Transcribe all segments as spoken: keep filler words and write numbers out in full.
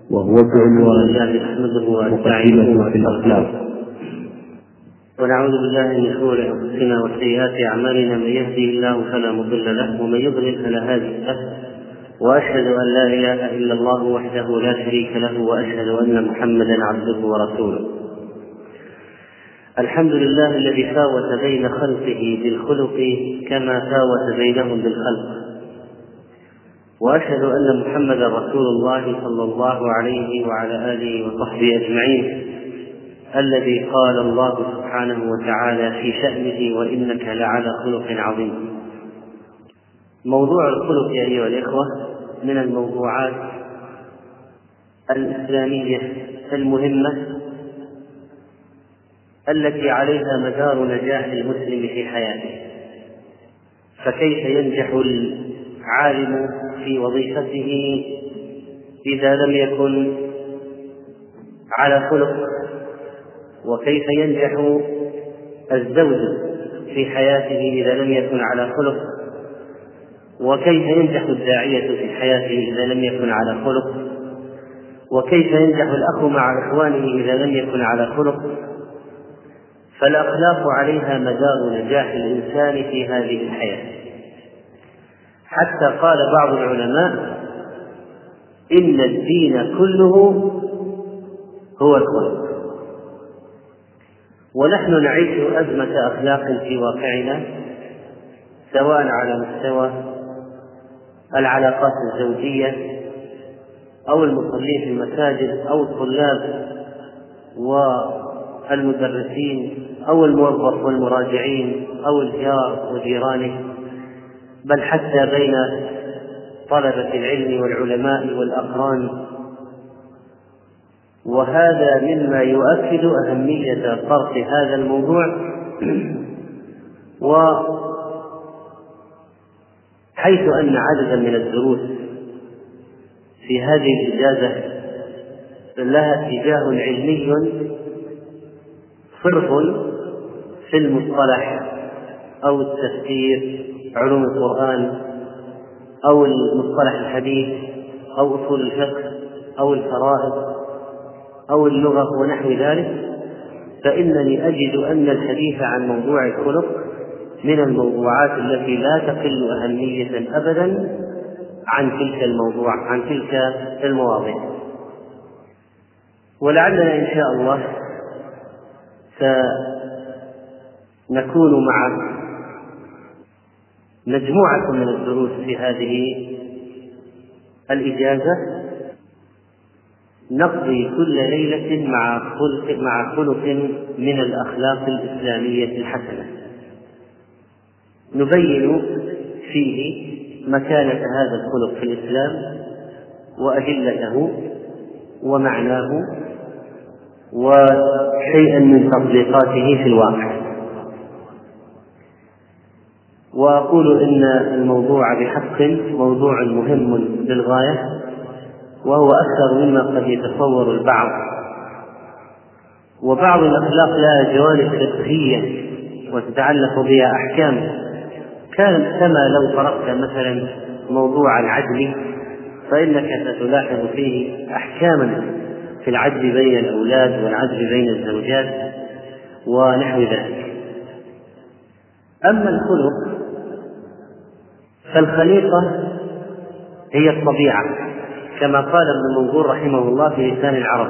وهو بعنوان مقدمة في الأخلاق. ونعوذ بالله من شرور أنفسنا وسيئات أعمالنا، من يهدي الله فلا مضل له ومن يضلل فلا هادي له، وأشهد أن لا إله إلا الله وحده لا شريك له، وأشهد أن محمدا عبده ورسوله. الحمد لله الذي فاوت بين خلقه بالخلق كما فاوت بينهم بالخلق، وأشهد أن محمدا رسول الله صلى الله عليه وعلى آله وصحبه أجمعين، الذي قال الله سبحانه وتعالى في شأنه: وإنك لعلى خلق عظيم. موضوع الخلق يا أيها الإخوة من الموضوعات الإسلامية المهمة التي عليها مدار نجاح المسلم في حياته. فكيف ينجح العالم في وظيفته إذا لم يكن على خلق؟ وكيف ينجح الزوج في حياته إذا لم يكن على خلق؟ وكيف ينجح الداعية في حياته إذا لم يكن على خلق؟ وكيف ينجح الأخ مع إخوانه إذا لم يكن على خلق؟ فالأخلاق عليها مدار نجاح الإنسان في هذه الحياة، حتى قال بعض العلماء: إن الدين كله هو الخلق. ونحن نعيش أزمة أخلاق في واقعنا، سواء على مستوى العلاقات الزوجية أو المصلين في المساجد أو الطلاب والمدرسين أو الموظف والمراجعين أو الجار وجيرانه، بل حتى بين طلبة العلم والعلماء والأقران. وهذا مما يؤكد أهمية طرح هذا الموضوع، وحيث أن عددا من الدروس في هذه الإجازة لها اتجاه علمي صرف في المصطلح أو التفسير، علوم القرآن أو المصطلح الحديث أو أصول الفقه أو الفرائض أو اللغة ونحو ذلك، فإنني أجد أن الحديث عن موضوع الخلق من الموضوعات التي لا تقل أهمية أبدا عن تلك الموضوع عن تلك المواضيع. ولعلنا إن شاء الله سنكون مع مجموعة من الدروس في هذه الإجازة نقضي كل ليلة مع خلق, مع خلق من الأخلاق الإسلامية الحسنة، نبين فيه مكانة هذا الخلق في الإسلام وأدلته ومعناه وشيئا من تطبيقاته في الواقع. وأقول إن الموضوع بحق موضوع مهم للغاية، وهو أكثر مما قد يتصور البعض. وبعض الأخلاق لها جوانب فقهية وتتعلق بها أحكام، كما لو فرقت مثلا موضوع العدل فإنك ستلاحظ فيه أحكاما في العدل بين الأولاد والعدل بين الزوجات ونحو ذلك. أما الخلق فالخليقة هي الطبيعة، كما قال ابن منظور رحمه الله في لسان العرب.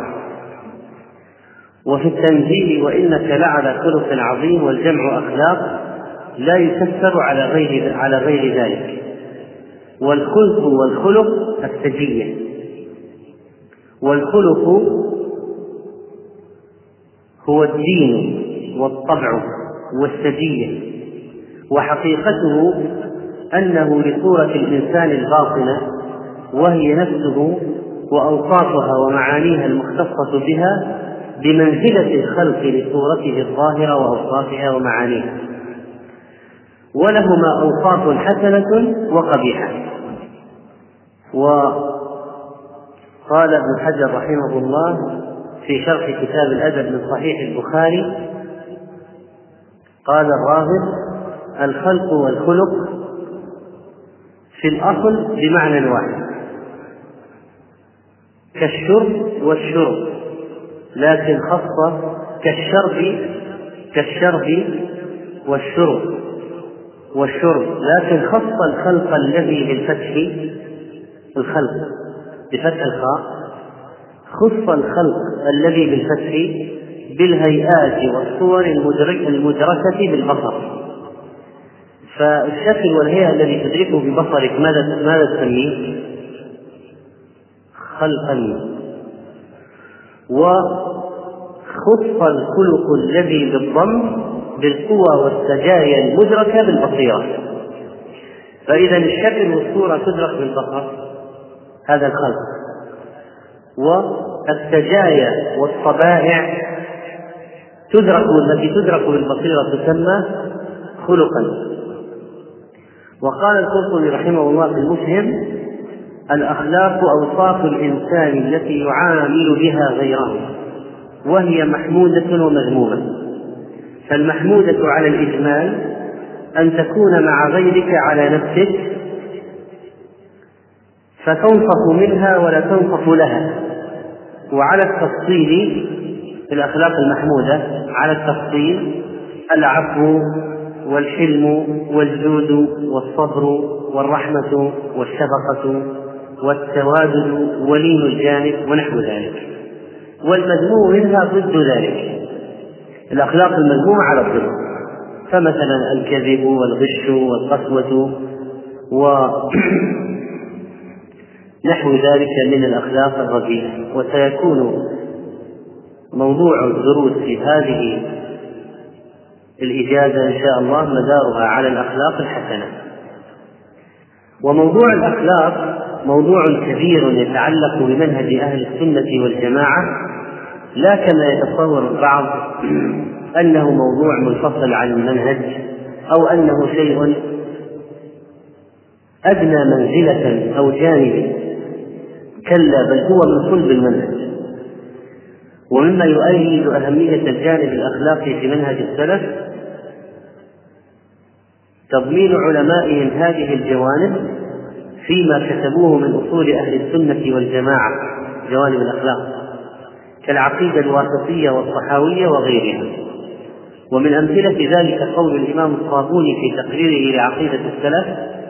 وفي التنزيل: وإنك لعلى خلق عظيم، والجمع أخلاق لا يفسر على غير على غير ذلك. والخلق والخلق السجية، والخلق هو الدين والطبع والسجية، وحقيقته أنه لصورة الإنسان الباطنة، وهي نفسه وأوصافها ومعانيها المختصة بها بمنزلة الخلق لصورته الظاهرة وأوصافها ومعانيها، ولهما أوصاف حسنة وقبيحة. وقال ابن حجر رحمه الله في شرح كتاب الأدب من صحيح البخاري، قال الراغب: الخلق والخلق في الأصل بمعنى واحد، كالشرب والشرب، لكن خص كالشرب كالشرب والشرب والشرب لكن خص الخلق الذي بالفتح، الخلق بفتح الخاء، خص الخلق الذي بالفتح بالهيئات والصور المدركة بالبصر. فالشكل والهيئة الذي تدركه ببصرك ماذا ماذا تسميه؟ خلقا. وخص الخلق الذي بالضم بالقوى والسجايا المدركة بالبصيرة. فإذا الشكل والصورة تدرك بالبصر، هذا الخلق، والسجايا والطبائع تدرك، التي تدرك بالبصيرة تسمى خلقا. وقال القرطبي رحمه الله في المفهم: الأخلاق أوصاف الإنسان التي يعامل بها غيره، وهي محمودة ومذمومة. فالمحمودة على الإجمال أن تكون مع غيرك على نفسك فتنصف منها ولا تنصف لها. وعلى التفصيل في الأخلاق المحمودة على التفصيل العفو والحلم والجود والصبر والرحمة والشفقة والتوادد ولين الجانب ونحو ذلك. والمذموم منها ضد ذلك، الأخلاق المذمومة على الضد، فمثلا الكذب والغش والقسوة ونحو ذلك من الأخلاق الرديئة. وسيكون موضوع الدروس في هذه الإجازة إن شاء الله مدارها على الأخلاق الحسنة. وموضوع الأخلاق موضوع كبير يتعلق بمنهج أهل السنة والجماعة، لا كما يتصور البعض أنه موضوع منفصل عن المنهج أو أنه شيء أدنى منزلة أو جانب، كلا، بل هو من صلب المنهج. ومما يؤيد أهمية الجانب الأخلاقي في منهج السلف تضمين علمائهم هذه الجوانب فيما كتبوه من أصول أهل السنة والجماعة، جوانب الأخلاق كالعقيدة الواسطية والطحاوية وغيرها. ومن أمثلة ذلك قول الإمام الصابوني في تقريره لعقيدة السلف: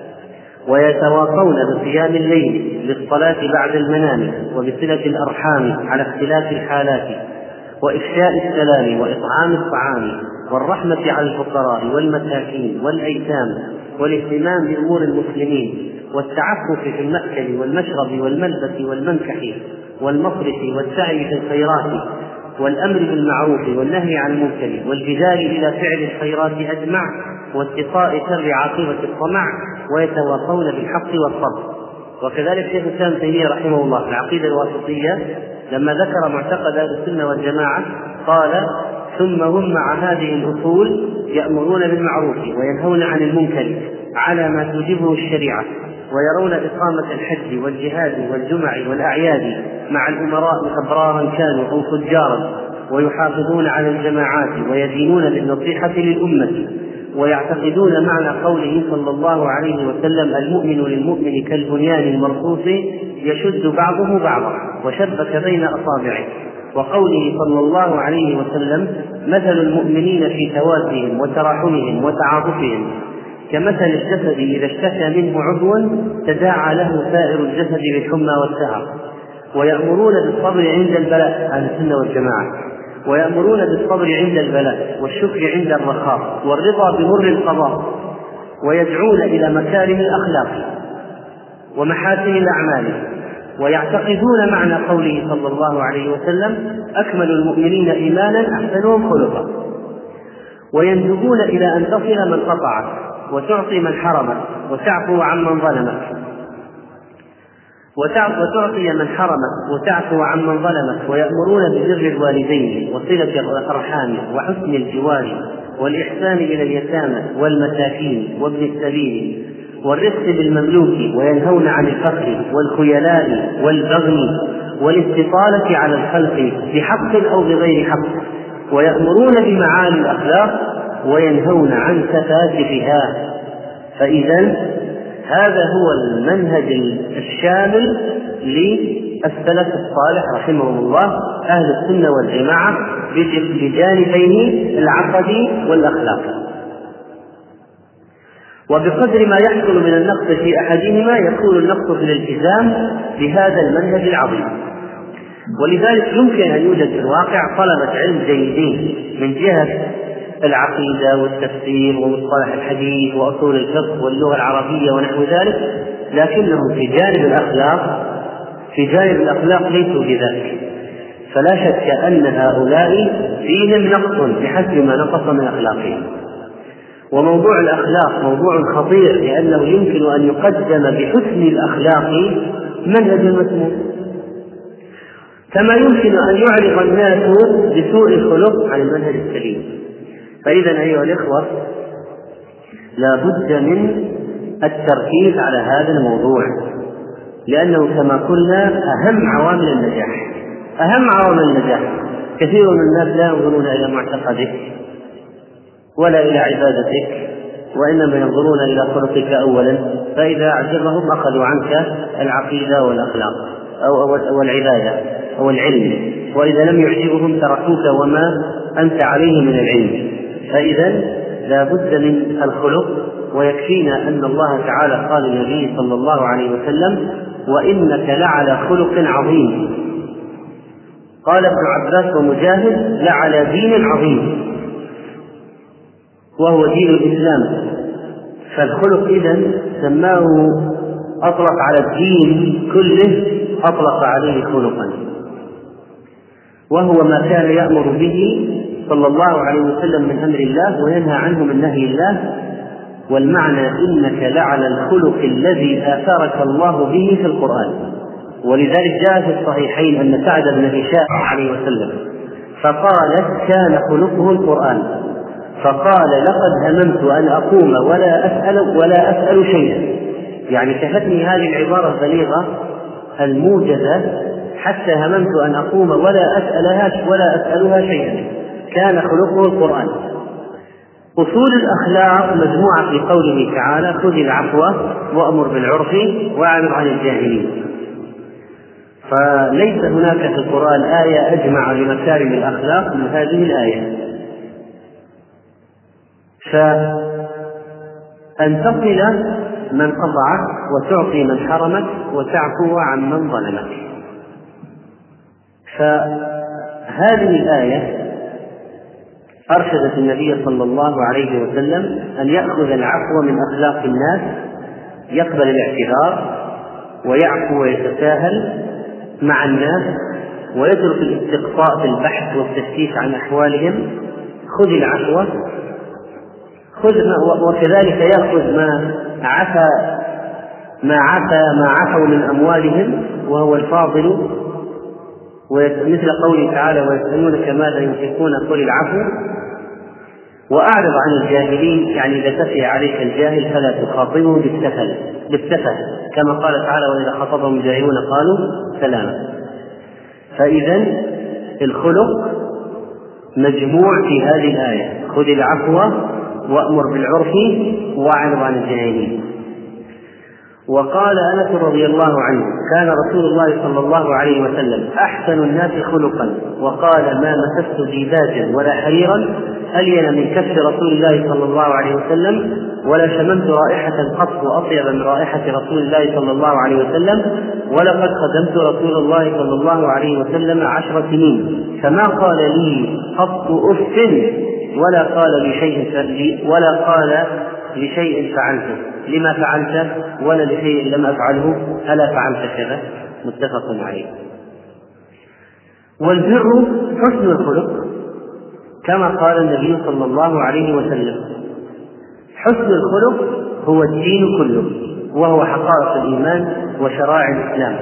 ويتواصون بصيام الليل للصلاة بعد المنام وبصلة الأرحام على اختلاف الحالات وإفشاء السلام وإطعام الطعام والرحمة على الفقراء والمساكين والأيتام والاهتمام بأمور المسلمين والتعفف في المأكل والمشرب والملبس والمنكح والمصرف والسعي في الخيرات والأمر بالمعروف والنهي عن المنكر والجدال إلى فعل الخيرات أجمع واتقاء شر عاقبة الطمع، ويتواصون بالحق والصبر. وكذلك شيخ الإسلام ابن تيمية رحمه الله في العقيدة الواسطية لما ذكر معتقد أهل السنة والجماعة قال: ثم هم مع هذه الأصول يأمرون بالمعروف وينهون عن المنكر على ما توجبه الشريعة، ويرون إقامة الحج والجهاد والجمع والأعياد مع الأمراء أبرارا كانوا أو فجارا، ويحافظون على الجماعات ويدينون بالنصيحة للأمة، ويعتقدون معنى قوله صلى الله عليه وسلم: المؤمن للمؤمن كالبنيان المرصوص يشد بعضه بعضا وشبك بين أصابعه، وقوله صلى الله عليه وسلم: مثل المؤمنين في توادهم وتراحمهم وتعاطفهم كمثل الجسد إذا اشتكى منه عضو تداعى له سائر الجسد بالحمى والسهر. ويأمرون بالصبر عند البلاء، أهل السنة والجماعة، ويأمرون بالصبر عند البلاء والشكر عند الرخاء والرضا بمر القضاء، ويدعون إلى مكارم الأخلاق ومحاسن الأعمال، ويعتقدون معنى قوله صلى الله عليه وسلم: أكمل المؤمنين إيمانا أحسنهم خلقا، ويندبون إلى أن تصل من قطعك وتعطي من حرمك وتعفو عن من ظلمك وتعطي من حرمك وتعفو عن من ظلمك، ويأمرون ببر الوالدين وصلة الأرحام وحسن الجوار والإحسان إلى اليتامى والمساكين وابن السبيل والرفق بالمملوك، وينهون عن الفقر والخيلاء والبغي والاستطالة على الخلق بحق أو بغير حق، ويأمرون بمعالي الأخلاق وينهون عن سفاسفها. فإذا هذا هو المنهج الشامل السلف الصالح رحمهم الله أهل السنة والجماعة بجانبين العقد والأخلاق. وبقدر ما يحصل من النقص في أحدهما يكون النقص في الالتزام بهذا المنهج العظيم. ولذلك يمكن أن يوجد في الواقع طلبة علم جيدين من جهة العقيدة والتفسير ومصطلح الحديث وأصول الفقه واللغة العربية ونحو ذلك، لكنهم في جانب الأخلاق في جانب الأخلاق ليسوا بذلك. فلا شك أن هؤلاء فيهم نقص بحسب ما نقص من أخلاقهم. وموضوع الأخلاق موضوع خطير، لأنه يمكن أن يقدم بحسن الأخلاق منهج مسموم، كما يمكن أن يعرض الناس بسوء الخلق عن المنهج السليم. فإذا أيها الإخوة لا بد من التركيز على هذا الموضوع، لأنه كما قلنا أهم عوامل النجاح أهم عوامل النجاح. كثير من الناس لا ينظرون إلى معتقدك ولا إلى عبادتك، وإنما ينظرون إلى خلقك أولا، فإذا أعجبهم أخذوا عنك العقيدة والأخلاق أو العبادة أو العلم، وإذا لم يعجبهم تركوك وما أنت عليه من العلم. فإذا لا بد من الخلق. ويكفينا أن الله تعالى قال للنبي صلى الله عليه وسلم: وإنك لعلى خلق عظيم. قال ابن عباس ومجاهد: لعلى دين عظيم، وهو دين الإسلام. فالخلق إذن سماه أطلق على الدين كله، أطلق عليه خلقا، وهو ما كان يأمر به صلى الله عليه وسلم من أمر الله وينهى عنه من نهي الله. والمعنى إنك لعلى الخلق الذي آثرك الله به في القرآن. ولذلك جاء في الصحيحين أن سعد بن هشام عليه وسلم فقالت: كان خلقه القرآن، فقال: لقد هممت أن أقوم ولا أسأل ولا أسأل شيئا. يعني كفتني هذه العبارة البليغة الموجزة حتى هممت أن أقوم ولا أسألها ولا أسألها شيئا. كان خلقه القرآن. أصول الأخلاق مجموعة في قوله تعالى: خذ العفو وأمر بالعرف وأعرض عن الجاهلين. فليس هناك في القرآن آية أجمع لمكارم الأخلاق من هذه الآية. فأن تصل من قطعك وتعطي من حرمك وتعفو عن من ظلمك. فهذه الآية أرشدت النبي صلى الله عليه وسلم أن يأخذ العفو من أخلاق الناس، يقبل الاعتذار ويعفو ويتساهل مع الناس ويترك الاستقصاء في البحث والتفتيش عن أحوالهم. خذ العفو، خذ ما وكذلك يأخذ ما عفى ما عفى ما عفوا من أموالهم وهو الفاضل. ومثل قوله تعالى: ويسألونك ماذا ينفقون قل العفو وأعرض عن الجاهلين. يعني إذا تفي عليك الجاهل فلا تخاطبه بالسفل بالسفه، كما قال تعالى: وإذا خاطبهم الجاهلون قالوا سلاما. فإذا الخلق مجموع في هذه الآية: خذ العفو وأمر بالعرف وأعرض عن الجاهلين. وقال أنس رضي الله عنه: كان رسول الله صلى الله عليه وسلم أحسن الناس خلقا، وقال: ما مسست ديباجا ولا حريرا ألين من كف رسول الله صلى الله عليه وسلم، ولا شممت رائحة قط أطيب من رائحة رسول الله صلى الله عليه وسلم، ولقد خدمت رسول الله صلى الله عليه وسلم عشر سنين فما قال لي قط أف ولا قال لشيء ولا قال لشيء فعلته لما فعلت ولا لشيء لم أفعله ألا فعلت كذا. متفق عليه. والبر حسن الخلق كما قال النبي صلى الله عليه وسلم: حسن الخلق هو الدين كله، وهو حقائق الإيمان وشرائع الإسلام.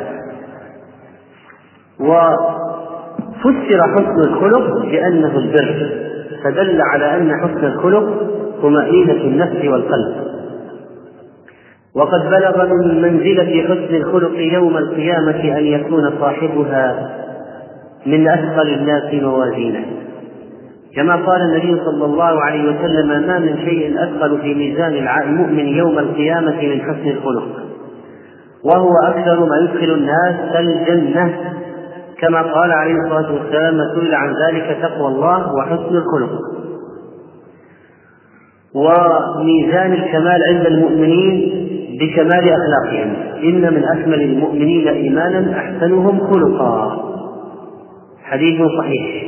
وفسر حسن الخلق بأنه البر، فدل على أن حسن الخلق طمأنينة النفس والقلب. وقد بلغ من منزلة حسن الخلق يوم القيامة أن يكون صاحبها من أثقل الناس موازينا، كما قال النبي صلى الله عليه وسلم: ما من شيء أثقل في ميزان المؤمن يوم القيامة من حسن الخلق. وهو أكثر ما يدخل الناس الجنة، كما قال عليه الصلاة والسلام: ما سئل عن ذلك تقوى الله وحسن الخلق. وميزان الكمال عند المؤمنين بكمال أخلاقهم: إن من أكمل المؤمنين إيمانا أحسنهم خلقا، حديث صحيح.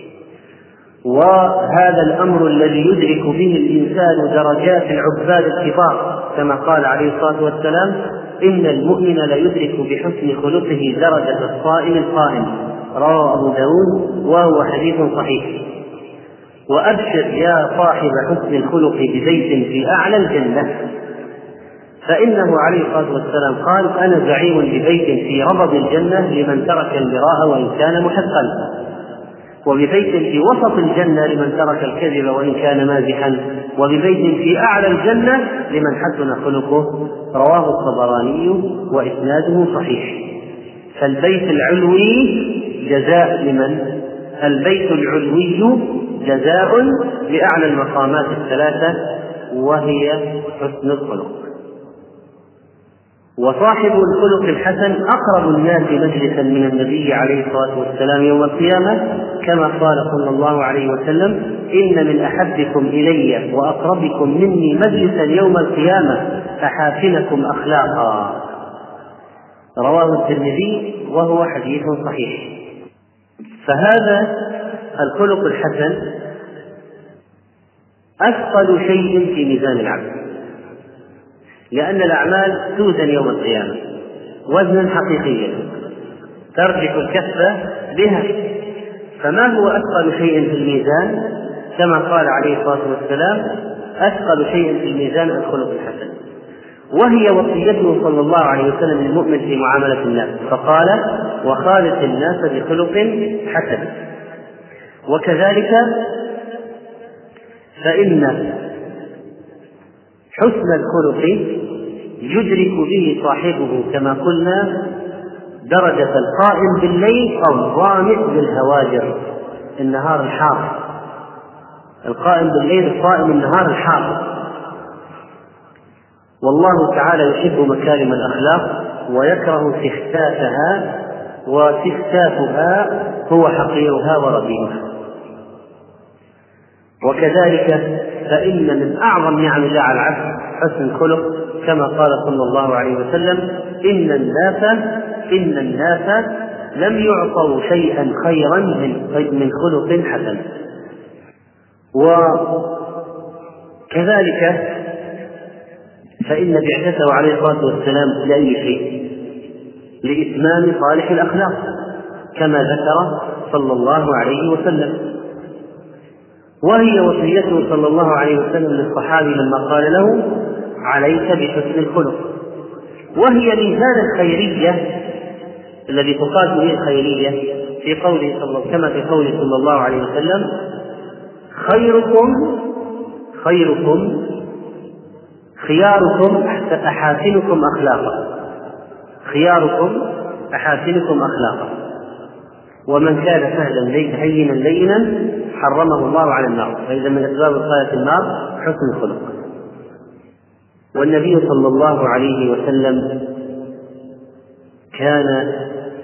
وهذا الأمر الذي يدرك به الإنسان درجات العباد الكبار، كما قال عليه الصلاة والسلام: إن المؤمن ليدرك بحسن خلقه درجة الصائم القائم، رواه أبو داود وهو حديث صحيح. وأبشر يا صاحب حسن الخلق ببيت في أعلى الجنة، فإنه عليه الصلاة والسلام قال: أنا زعيم ببيت في ربض الجنة لمن ترك المراء وإن كان محقا، وببيت في وسط الجنة لمن ترك الكذب وإن كان مازحا، وببيت في أعلى الجنة لمن حسن خلقه، رواه الطبراني وإسناده صحيح. فالبيت العلوي جزاء لمن؟ البيت العلوي جزاء لأعلى المقامات الثلاثة، وهي حسن الخلق. وصاحب الخلق الحسن أقرب الناس مجلسا من النبي عليه الصلاة والسلام يوم القيامة، كما قال صلى الله عليه وسلم: إن من أحبكم إلي وأقربكم مني مجلسا يوم القيامة أحاسنكم أخلاقا، رواه الترمذي وهو حديث صحيح. فهذا الخلق الحسن أثقل شيء في ميزان العبد، لأن الأعمال توزن يوم القيامة وزنا حقيقيا ترجح الكفة بها. فما هو أثقل شيء في الميزان؟ كما قال عليه الصلاة والسلام: أثقل شيء في الميزان الخلق الحسن، وهي وصيته صلى الله عليه وسلم للمؤمن في معاملة الناس، فقال: وخالق الناس بخلق حسن. وكذلك فإن حسن الخلق يدرك به صاحبه كما قلنا درجة القائم بالليل أو الظامئ بالهواجر النهار الحار. القائم بالليل القائم النهار الحار. والله تعالى يحب مكارم الأخلاق ويكره استخفافها، واستخفافها هو حقيرها ورذيلها. وكذلك فإن من أعظم نعم الله على العبد حسن الخلق، كما قال صلى الله عليه وسلم: إن الناس إن الناس لم يعطوا شيئا خيرا من خلق حسن. وكذلك فإن بعثته عليه الصلاة والسلام لأي شيء؟ لإتمام صالح الأخلاق، كما ذكر صلى الله عليه وسلم. وهي وصيته صلى الله عليه وسلم للصحابي لما قال له: عليك بحسن الخلق. وهي ميزان الخيرية الذي تقاس به الخيرية في قوله صلى كما في قوله صلى الله عليه وسلم: خيركم خيركم خياركم أحاسنكم أخلاقا خياركم أحاسنكم أخلاقا ومن كان سهلا هينا لينا حرمه الله على النار. فإذا من أسباب وقاية النار حسن الخلق. والنبي صلى الله عليه وسلم كان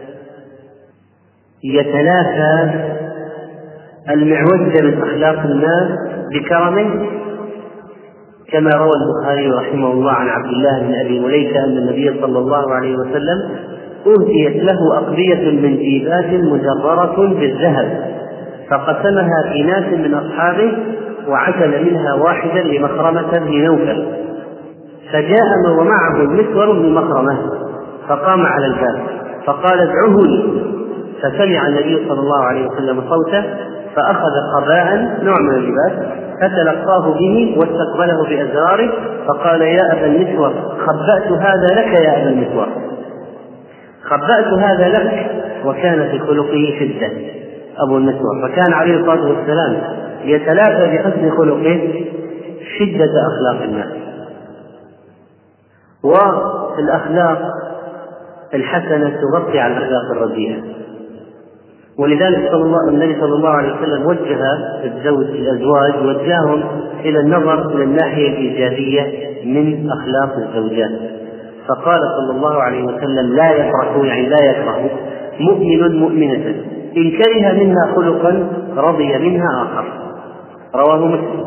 يتلافى المعوج من أخلاق الناس بكرمه، كما روى البخاري رحمه الله عن عبد الله بن أبي مليكة أن النبي صلى الله عليه وسلم أهديت له أقبية من جيبات مجررة بالذهب، فقسمها في ناس من أصحابه وعزل منها واحدا لمخرمة بن نوفل، فجاء ومعه المسور بن مخرمة فقام على الباب فقال: ادعوه لي. فسمع النبي صلى الله عليه وسلم صوته فأخذ قباء نوع من اللباس فتلقاه به واستقبله بأزراره فقال: يا أبا المسور خبأت هذا لك يا أبا المسور خبأت هذا لك. وكان في خلقه شدة أبو المسور، فكان عليه الصلاة والسلام يتلافى بحسن خلقه شدة أخلاق الناس. والأخلاق الحسنة تغطي على الأخلاق الرديئة، ولذلك صلى الله النبي صلى الله عليه وسلم وجه الزوج الأزواج وجههم إلى النظر إلى الناحية الإيجابية من أخلاق الزوجات، فقال صلى الله عليه وسلم: لا يكره، يعني لا يكره مؤمن مؤمنة إن كره منها خلقا رضي منها آخر. رواه مسلم.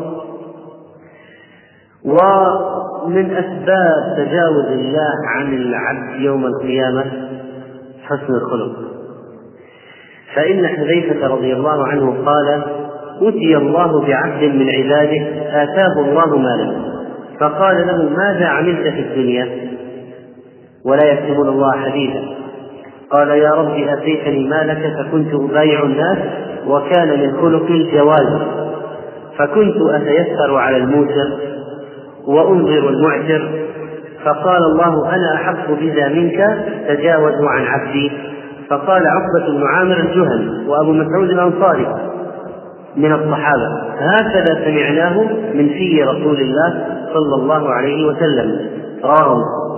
ومن أسباب تجاوز الله عن العبد يوم القيامة حسن الخلق، فإن حذيفة رضي الله عنه قال: أتي الله بعبد من عباده آتاه الله مالا، فقال له: ماذا عملت في الدنيا؟ ولا يكتمون الله حديثا. قال: يا رب آتيتني مالك فكنت أبايع الناس، وكان من خلق الجواز، فكنت أتيسر على الموسر وأنظر المعسر، فقال الله: أنا أحق بذا منك، تجاوزوا عن عبدي. فقال عقبة بن عامر الجهني وأبو مسعود الأنصاري من الصحابة: هكذا سمعناه من في رسول الله صلى الله عليه وسلم. رواه.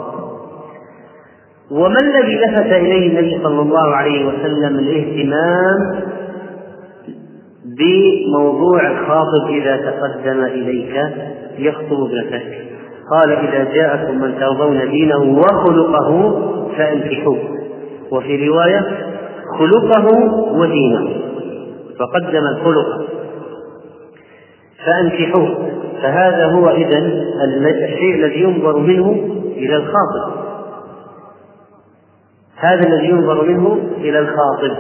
وما الذي لفت إليه النبي صلى الله عليه وسلم الاهتمام بموضوع الخاطب إذا تقدم إليك يخطب ابنتك؟ قال: إذا جاءكم من ترضون دينه وخلقه فأنكحوه، وفي رواية خلقه ودينه، فقدم الخلق فأنكحوه. فهذا هو إذن الشيء الذي ينظر منه إلى الخاطب، هذا الذي ينظر منه إلى الخاطب.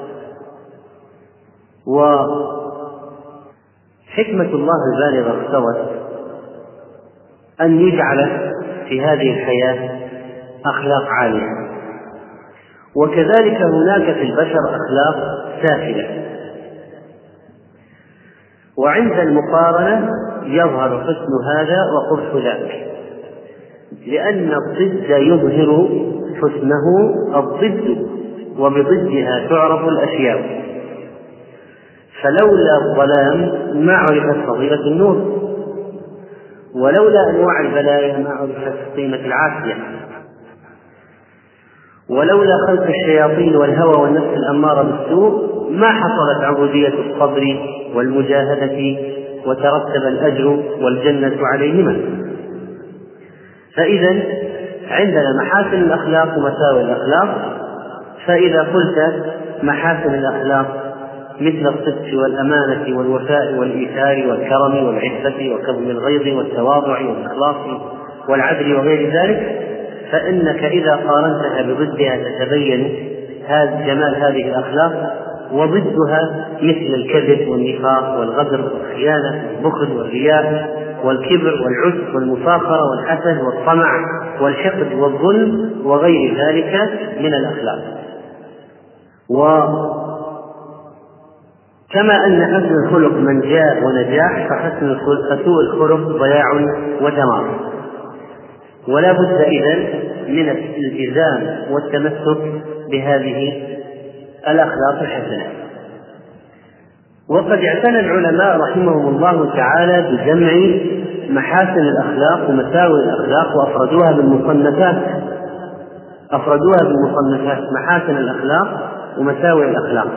وحكمة الله البالغة اقتضت أن يجعل في هذه الحياة أخلاق عالية، وكذلك هناك في البشر أخلاق سافلة، وعند المقارنة يظهر حسن هذا وقبح ذاك، لأن الضد يظهر حسنه الضد، وبضدها تعرف الأشياء. فلولا الظلام ما عرفت فضيلة النور، ولولا أنواع البلايا ما عرفت قيمة العافية، ولولا خلق الشياطين والهوى والنفس الأمارة بالسوء ما حصلت عبودية الصبر والمجاهدة وترتب الأجر والجنة عليهما. فإذا عندنا محاسن الأخلاق ومساوئ الأخلاق. فإذا قلت محاسن الأخلاق مثل الصدق والأمانة والوفاء والإيثار والكرم والعفة وكظم الغيظ والتواضع والإخلاص والعدل وغير ذلك، فإنك إذا قارنتها بضدها تتبين هذا جمال هذه الأخلاق، وضدها مثل الكذب والنفاق والغدر والخيانة والبخل والرياء والكبر والعجب والمفاخرة والحسد والطمع والحقد والظلم وغير ذلك من الأخلاق. وكما أن حسن الخلق منجاة ونجاح، فحسن الخلق فسوء الخلق ضياع ودمار. ولا بد إذن من الالتزام والتمسك بهذه الأخلاق الحسنة. وقد اعتنى العلماء رحمهم الله تعالى بجمع محاسن الأخلاق ومساوئ الأخلاق، وأفردوها بالمصنفات أفردوها بالمصنفات محاسن الأخلاق ومساوئ الأخلاق.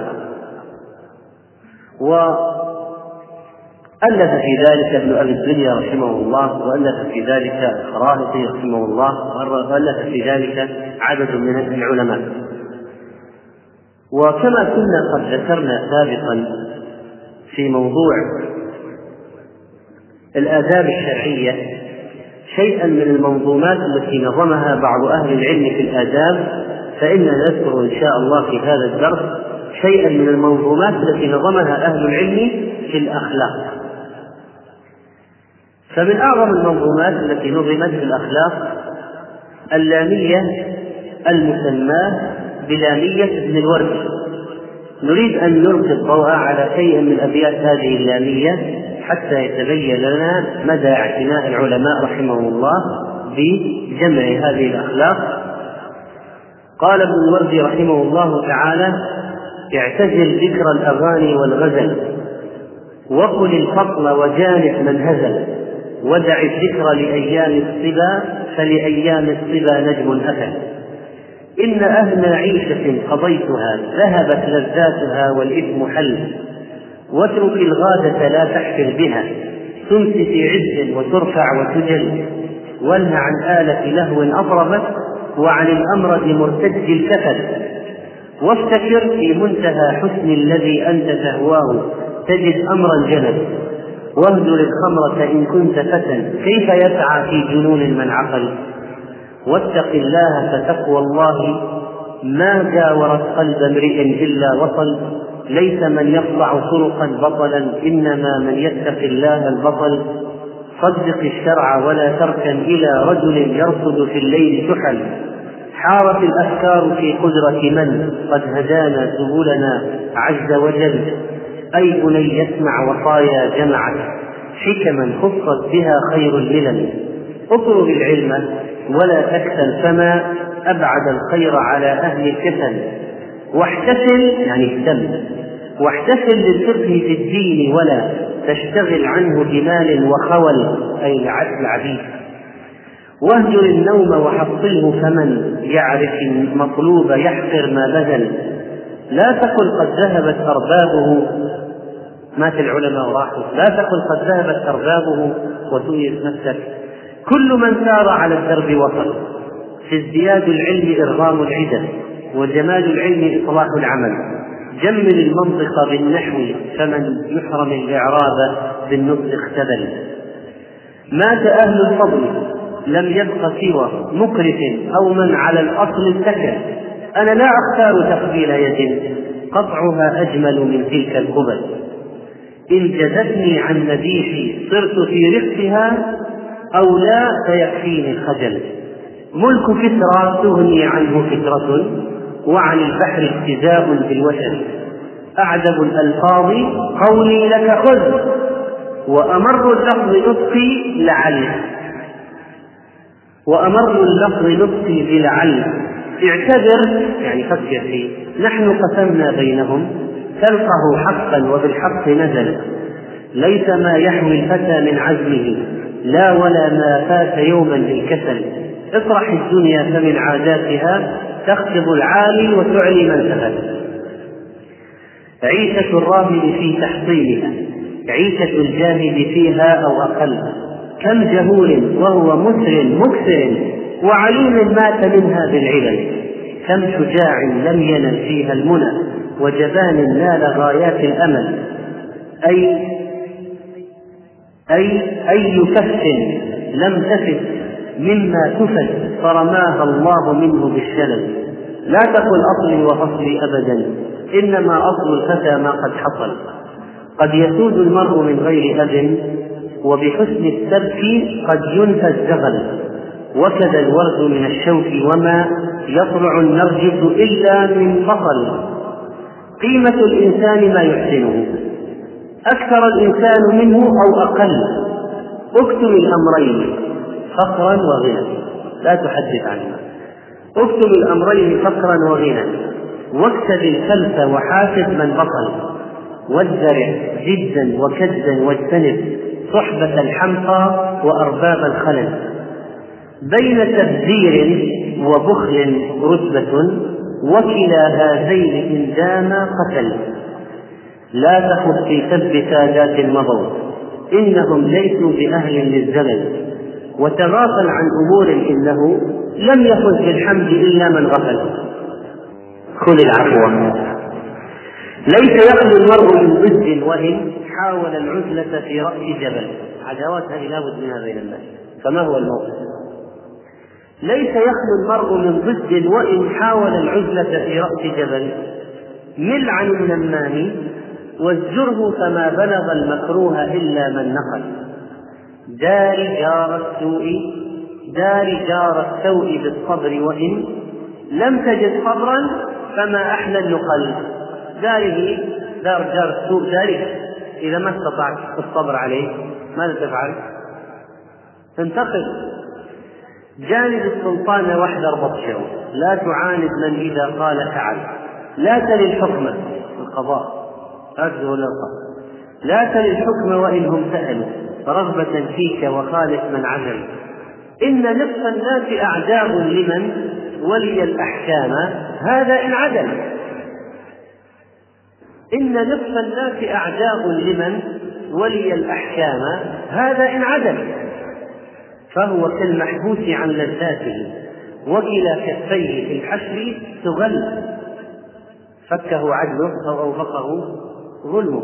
وألف في ذلك ابن أبي الدنيا رحمه الله، وألف في ذلك الخرائطي رحمه الله، وألف في ذلك عدد من العلماء. وكما كنا قد ذكرنا سابقا في موضوع الآداب الشرعية شيئا من المنظومات التي نظمها بعض أهل العلم في الآداب، فإننا نذكر إن شاء الله في هذا الدرس شيئا من المنظومات التي نظمها أهل العلم في الأخلاق. فمن أعظم المنظومات التي نظمت في الأخلاق اللامية المسماة بلامية ابن الوردي. نريد أن نلقي الضوء على شيء من أبيات هذه اللامية حتى يتبين لنا مدى اعتناء العلماء رحمهم الله بجمع هذه الأخلاق. قال ابن الوردي رحمه الله تعالى: اعتزل ذكر الأغاني والغزل، وقل الفضل وجانح من هزل، ودع الذكر لأيام الصبا، فلأيام الصبا نجم أفل. إن أهنى عيشة قضيتها ذهبت لذاتها والإثم حل، واترك الغادة لا تحفر بها، تمسي في عز وترفع وتجل، وانه عن آلة لهو أطربت، وعن الأمرد مرتج الكفل. وافتكر في منتهى حسن الذي أنت تهواه تجد أمرا جلل. واهجر الخمرة إن كنت فتى كيف يسعى في جنون من عقل. واتق الله فتقوى الله ما جاورت قلب امرئ إلا وصل. ليس من يطلع طرقا بطلا إنما من يتق الله البطل. صدق الشرع ولا تركن إلى رجل يرصد في الليل سحل. حارت الأفكار في قدرة من قد هدانا سبلنا عز وجل. أي بني يسمع وصايا جمعت حكما خصت بها خير الملل. اطلب العلم ولا تكسل فما أبعد الخير على أهل الكسل. واحتفل يعني اهتم واحتفل للفقه في الدين ولا تشتغل عنه بمال وخول أي العبيد. واهجر النوم وحصله فمن يعرف المطلوب يحقر ما بذل. لا تقل قد ذهبت أربابه مات العلماء راحوا. لا تقل قد ذهبت أربابه وتؤيس نفسك. كل من سار على الدرب وصل. في ازدياد العلم إرغام العدة وجمال العلم إصلاح العمل. جمل المنطق بالنحو فمن يحرم الإعراب بالنطق اختبل. مات أهل الفضل لم يبق سوى مكرف أو من على الأصل اتكل. أنا لا أختار تقبيل يد قطعها أجمل من تلك القبل. إن جذتني عن مديحي صرت في رقها أو لا فيكفيني الخجل. ملك كسرى تغني عنه فكرة وعن البحر ابتداء بالوشل. أعجب الألفاظ قولي لك خذ وأمر اللفظ نطقي لعل وأمر اللفظ نطقي بلعل. اعتبر يعني فكر فيه. نحن قسمنا بينهم تلقه حقا وبالحق نزل. ليس ما يحوي الفتى من عزمه لا ولا ما فات يوما بالكسل. اطرح الدنيا فمن عاداتها تخفض العالي وتعلي من سهل. عيشة الراهب في تحصيلها عيشة الجاهد فيها أو أقل. كم جهول وهو مسر مكسر وعليم مات منها بالعلل. كم شجاع لم ينل فيها المنى وجبان نال غايات الأمل. أي أي أي كف لم تفت مما تفت فرماها الله منه بالشلل. لا تقل أصلي وفصلي أبدا إنما أصل الفتى ما قد حصل. قد يسود المرء من غير أب وبحسن السبك قد ينفى الزغل. وكذا الورد من الشوك وما يطلع النرجس إلا من بطل. قيمة الإنسان ما يحسنه أكثر الإنسان منه أو أقل. اكتم الأمرين فقرا وغنى لا تحدث عنه. اكتم الأمرين فقرا وغنى واكتب الفلس وحاسب من بطل. وازرع جدا وكدا واجتنب صحبة الحمقى وأرباب الخلل. بين تبذير وبخل رتبة وكلا هذين إن داما قتل. لا تخف في سب سادات مضوا إنهم ليسوا بأهل للزلل. وتغافل عن أمور إنه لم يفز بالحمد إلا من غفل. خذ العفو. ليس يخلو المرء من ضد وإن حاول العزلة في رأس جبل. عداوات هذه لا بد منها بين الناس. فما هو الموقف؟ ليس يخلو المرء من ضد وإن حاول العزلة في رأس جبل. مل عن النمام وازجره فما بلغ المكروه إلا من نقل. دار جار السوء دار جار السوء بالصبر وإن لم تجد صبرا فما أحلى النقل. داره دار جار السوء داره إذا ما استطعت الصبر عليه ماذا تفعل؟ تنتقل. جانب السلطان واحذر بطشه لا تعاند من إذا قال فعل. لا تل الحكم القضاء أرجو القضاء. لا تل الحكم وإن هم سألوا رغبة فيك وخالف من عزل. إن نفس الناس أعداء لمن ولي الأحكام هذا إن عدل. إن نفس الناس أعداء لمن ولي الأحكام هذا إن عدل. فهو كالمحبوس عن لذاته وكلا كفيه في الحشر تغل، فكه عدله أو أوفقه ظلمه.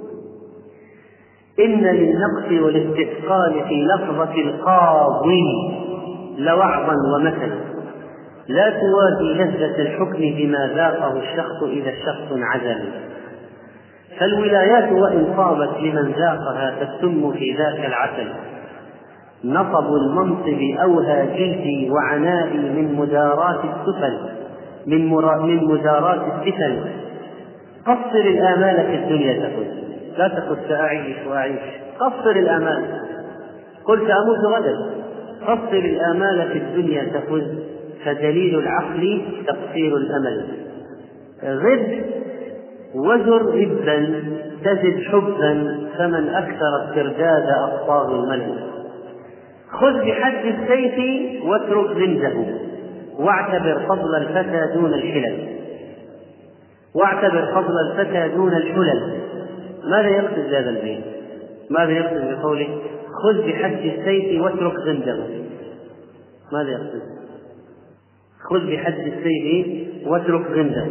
إن للنقص والاستثقال في لفظة القاضي لوعظا ومثل، لا توازي لذة الحكم بما ذاقه الشخص إذا الشخص انعزل. فالولايات وإن طابت لمن ذاقها فالسم في ذاك العسل. نصب المنصب أوهى جلدي وعنائي من مدارات السفل من, من مدارات الفتن. قصر الآمال في الدنيا تفز، لا تقل سأعيش وأعيش، قصر الآمال، قل سأموت غدا. قصر الآمال في الدنيا تفز، فدليل العقل تقصير الأمل. غد وزر غبا تزد حبا، فمن أكثر الترداد أقطار الملل. خذ بحد السيف واترك غنده، واعتبر فضل الفتى دون الحلل. واعتبر فضل الفتى دون الحلل. ماذا يقصد هذا البيت؟ ماذا يقصد بقوله خذ بحد السيف واترك غنده؟ ماذا يقصد؟ خذ بحد السيف واترك غنده،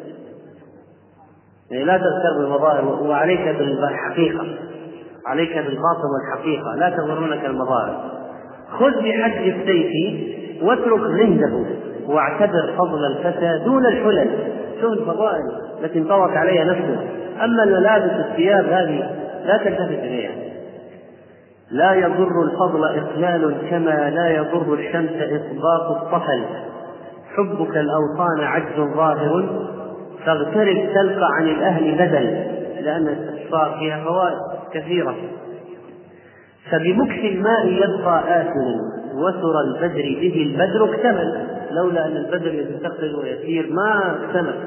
يعني لا تغتر بالمظاهر، وعليك بالحقيقة، عليك بالباطن والحقيقة، لا تغرنك المظاهر. خذ بحد السيف واترك غنده، واعتبر فضل الفتى دون الحلل. شوف الفضائل التي انطوت عليها نفسه. أما الملابس الثياب هذه لا تلتفت إليها. لا يضر الفضل إقلال كما لا يضر الشمس إطباق الطفل. حبك الأوطان عجز ظاهر، فاغترب تلقى عن الأهل بدل، لأن الاستغفار فيها فوائد كثيرة. فبمكث الماء يبقى آثم، وسر البدر به البدر اكتمل. لولا أن البدر يتثقل ويسير ما اكتمل.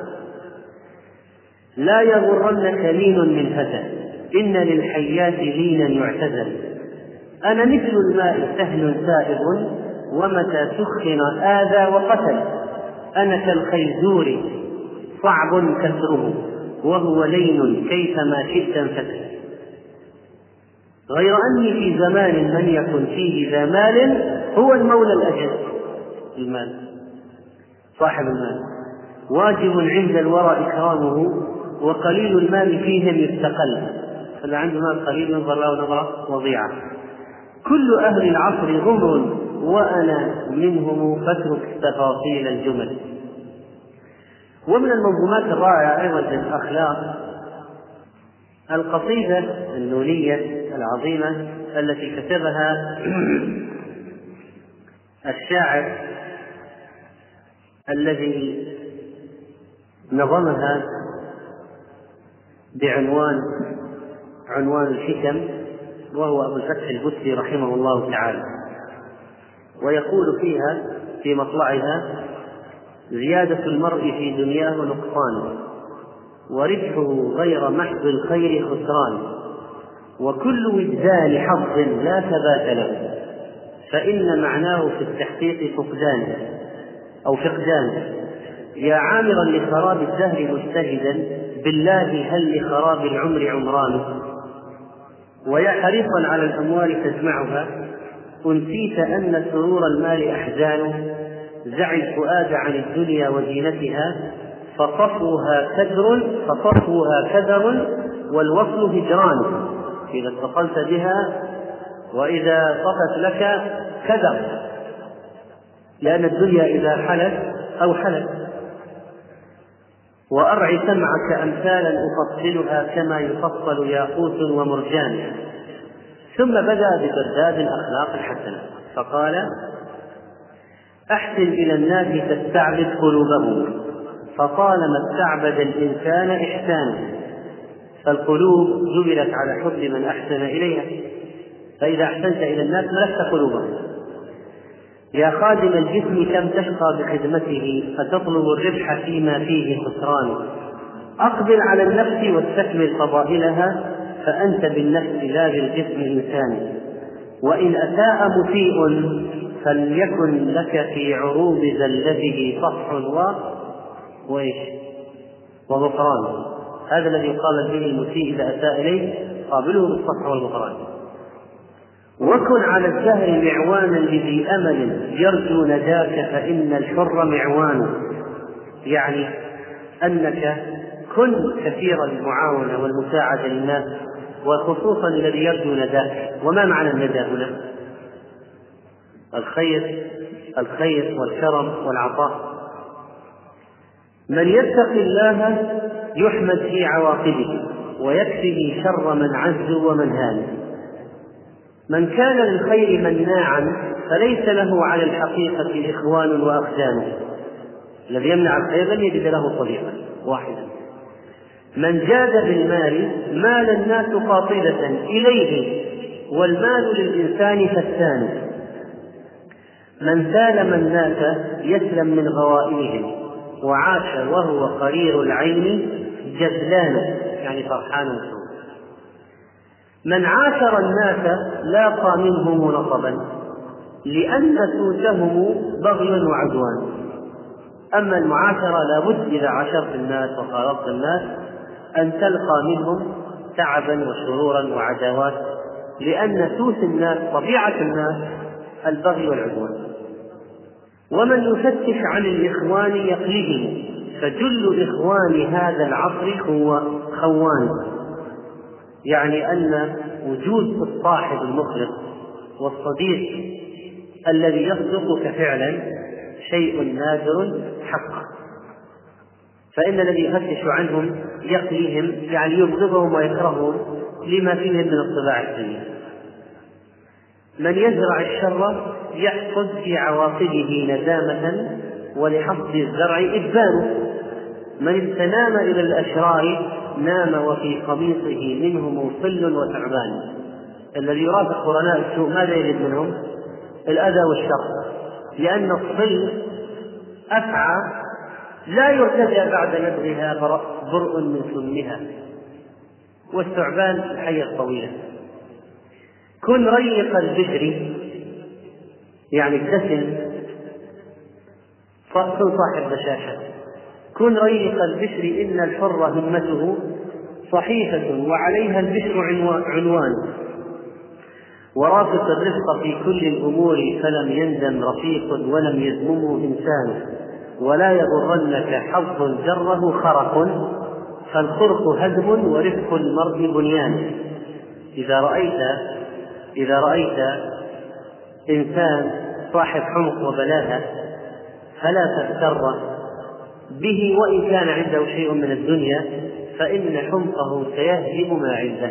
لا يغرنك لين من فتى، إن للحيات لينا يعتزل. أنا مثل الماء سهل سائغ، ومتى سخن آذى وقتل. أنا كالخيزور صعب كسره، وهو لين كيفما شئت انفتل. غير أني في زمان من يكن فيه ذا مال هو المولى الأجل. المال صاحب المال واجب عند الورى إكرامه، وقليل المال فيهم يستقل. فاللي عنده مال قليل ينظر له نظرة وضيعة. كل أهل العصر غمر، وأنا منهم، فاترك تفاصيل الجمل. ومن المنظومات الرائعة أيضا في الأخلاق القصيدة النونية العظيمة التي كتبها الشاعر الذي نظمها بعنوان عنوان الحكم، وهو أبو الفتح البستي رحمه الله تعالى. ويقول فيها في مطلعها: زيادة المرء في دنياه نقصان، وربحه غير محض الخير خسران، وكل وجدان حظ لا ثبات له، فإن معناه في التحقيق فقدان أو فقدان. يا عامرا لخراب الدهر مجتهدا، بالله هل لخراب العمر عمران. ويا حريصا على الأموال تجمعها، أنسيت أن سرور المال أحزان. زع الفؤاد عن الدنيا وزينتها، فصفوها كدر فصفوها كدر والوصل هجران. إذا اتصلت بها وإذا صفت لك كدر، لأن الدنيا إذا حلت أو حلت. وأرعي سمعك أمثالا أفصلها كما يفصل ياقوت ومرجان. ثم بدأ بترداد الأخلاق الحسنة فقال: أحسن إلى الناس تستعبد قلوبهم، فطالما استعبد الإنسان إحسانا. فالقلوب جبلت على حب من أحسن إليها، فإذا أحسنت إلى الناس ملكت قلوبهم. يا خادم الجسم كم تشقى بخدمته، فتطلب الربح فيما فيه خسران. أقبل على النفس واستكمل فضائلها، فأنت بالنفس لا بالجسم إنسان. وإن أساء مسيء فليكن لك في عروض زلته صفح و... وإيش وغفران. هذا الذي يقابل به المسيء إذا أساء إليه، قابله بالصفح والغفران. وكن على الدهر معوانا لذي أمل يرجو نداك فإن الحر معوان، يعني أنك كن كثير المعاونة والمساعدة للناس، وخصوصا الذي يرجو نداك. وما معنى الندى هنا؟ الخير الخير والكرم والعطاء. من يتق الله يحمد في عواقبه ويكفيه شر من عز ومن هان. من كان للخير مناعا فليس له على الحقيقة إخوان وأخدان. الذي يمنع الخير لن يجد له صديقا واحدا. من جاد بالمال مال الناس قاطبة إليه والمال للإنسان فتان. من سالم الناس يسلم من غوائلهم وعاش وهو قرير العين جذلان، يعني فرحان وسرور. من عاشر الناس لاقى منهم نصبا لأن سوسهم بغي وعدوان. أما المعاشرة لابد إذا عاشرت الناس وخالطت الناس أن تلقى منهم تعبا وشرورا وعداوات، لأن سوس الناس طبيعة الناس البغي والعدوان. ومن يفتش عن الإخوان يقلده فجل إخوان هذا العصر خوان، يعني أن وجود الصاحب المخلص والصديق الذي يصدقك فعلا شيء نادر حقا. فإن الذي يفتش عنهم يقليهم، يعني يبغضهم ويكرههم لما فيهم من الطباع السيئة. من يزرع الشر يحصد في عواقبه ندامة ولحصد الزرع إبان. من استنام إلى الأشرار نام وفي قميصه منهم صل وتعبان. الذي يرافق قرناء السوء ماذا يجد منهم؟ الأذى والشر، لأن الصل أفعى لا يرتدى بعد نبغها برء من سمها، والثعبان الحية الطويلة. كن ريق البشر، يعني ابتسم، كن صاحب بشاشة. كن ريق البشر إن الحر همته صحيفة وعليها البشر عنوان. ورافق الرفق في كل الأمور فلم يندم رفيق ولم يذممه إنسان. ولا يغرنك حظ جره خرق فالخرق هدم ورفق المرء بنيان. إذا رأيت إذا رأيت إنسان صاحب حمق وبلاهة فلا تغتر به وإن كان عنده شيء من الدنيا، فإن حمقه سيهدم ما عنده.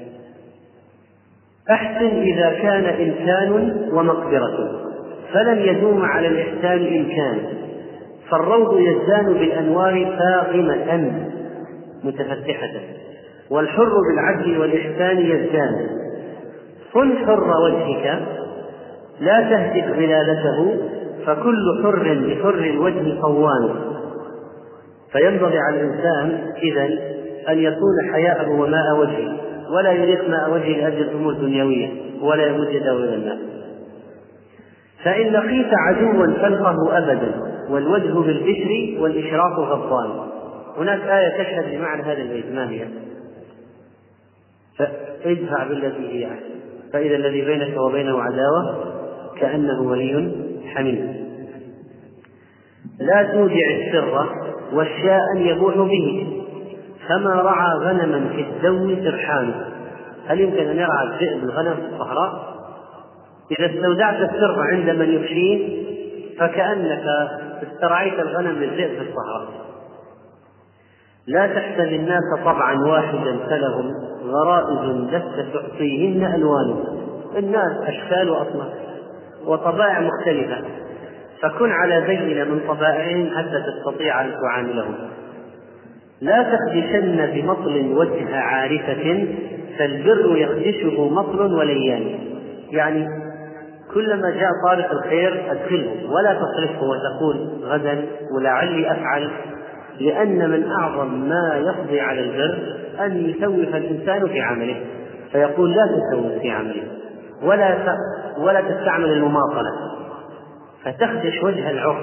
أحسن إذا كان إمكان ومقدرة فلن يدوم على الإحسان إمكان. فالروض يزدان بالأنوار فاغمة متفتحة والحر بالعدل والإحسان يزدان. صن حر وجهك لا تهتك غلالته فكل حر بحر الوجه قوان. فينبغي على الإنسان إذن أن يكون حياءه وماء وجهه، ولا يريق ماء وجهه لأجل الأمور الدنيوية ولا يمد يده إلى الناس. فإن لقيت عدوا فالقه أبدا والوجه بالبشر والإشراق غضبان. هناك آية تشهد بمعنى هذا البيت، ما هي؟ فادفع بالتي هي أحسن فإذا الذي بينك وبينه عداوة كأنه ولي حميم. لا تودع السر والشاء يبوح به فما رعى غنما في الدو سرحان. هل يمكن أن يرعى الذئب الغنم في الصحراء؟ إذا استودعت السر عند من يفشيه فكأنك استرعيت الغنم للذئب في الصحراء. لا تحسب الناس طبعا واحدا فلهم غرائز لست تعطيهن ألوان. الناس أشكال وأصناف وطبائع مختلفة، فكن على بينة من طبائعهم حتى تستطيع أن تعاملهم. لا تخدشن بمطل وجه عارفة فالبر يخدشه مطل وليان. يعني كلما جاء طارق الخير أدخله ولا تصرفه وتقول غدا ولعلي أفعل، لأن من أعظم ما يقضي على البر أن يسوف الإنسان في عمله، فيقول لا تسوف في عمله ولا ولا تستعمل المماطلة فتخدش وجه العرف.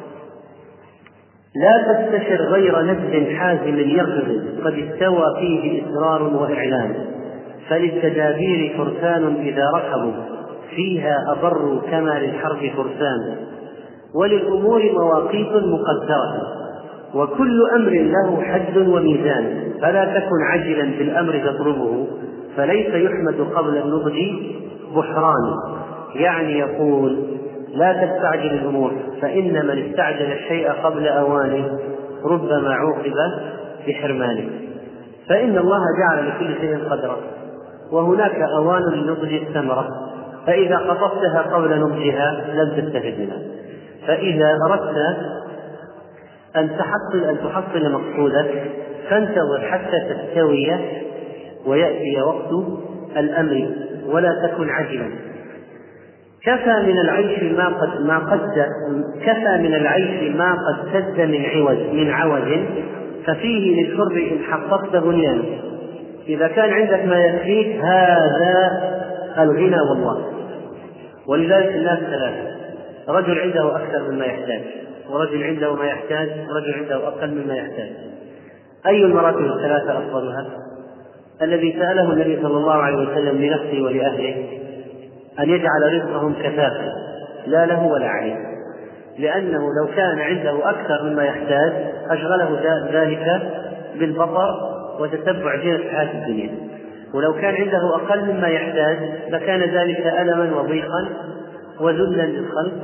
لا تستشر غير نبذ حازم يغضب قد استوى فيه إصرار وإعلان. فللتدابير فرسان إذا ركبوا فيها أبر كما للحرب فرسان، وللأمور مواقيت مقدرة، وكل أمر له حد وميزان، فلا تكن عجلا بالأمر تطلبه، فليس يحمد قبل النضج بحران. يعني يقول لا تستعجل الأمور، فإن من استعجل الشيء قبل أوانه ربما عوقب بحرمانه، فإن الله جعل لكل شيء قدرا، وهناك أوان لنضج الثمرة، فإذا قطفتها قبل نضجها لم تستفد منها. فإذا أردت أن تحصل أن تحصل مقصودك فانتظر حتى تستوي ويأتي وقت الأمر، ولا تكن عجلا. كفى من العيش ما قد ما قد كفى من العيش ما قد سد من عوج من عوج ففيه للحر إن حققت بنيانه. إذا كان عندك ما يكفيك هذا الغنى والله. ولذلك الناس ثلاثة: رجل عنده أكثر مما يحتاج، ورجل عنده ما يحتاج، ورجل عنده أقل مما يحتاج. أي المراتب الثلاثة أفضلها؟ الذي سأله النبي صلى الله عليه وسلم لنفسه ولأهله أن يجعل رزقهم كفافا لا له ولا عليه، لأنه لو كان عنده أكثر مما يحتاج أشغله ذلك بالبطر وتتبع زينة الحياة الدنيا، ولو كان عنده أقل مما يحتاج لكان ذلك ألما وضيقا وذلا للخلق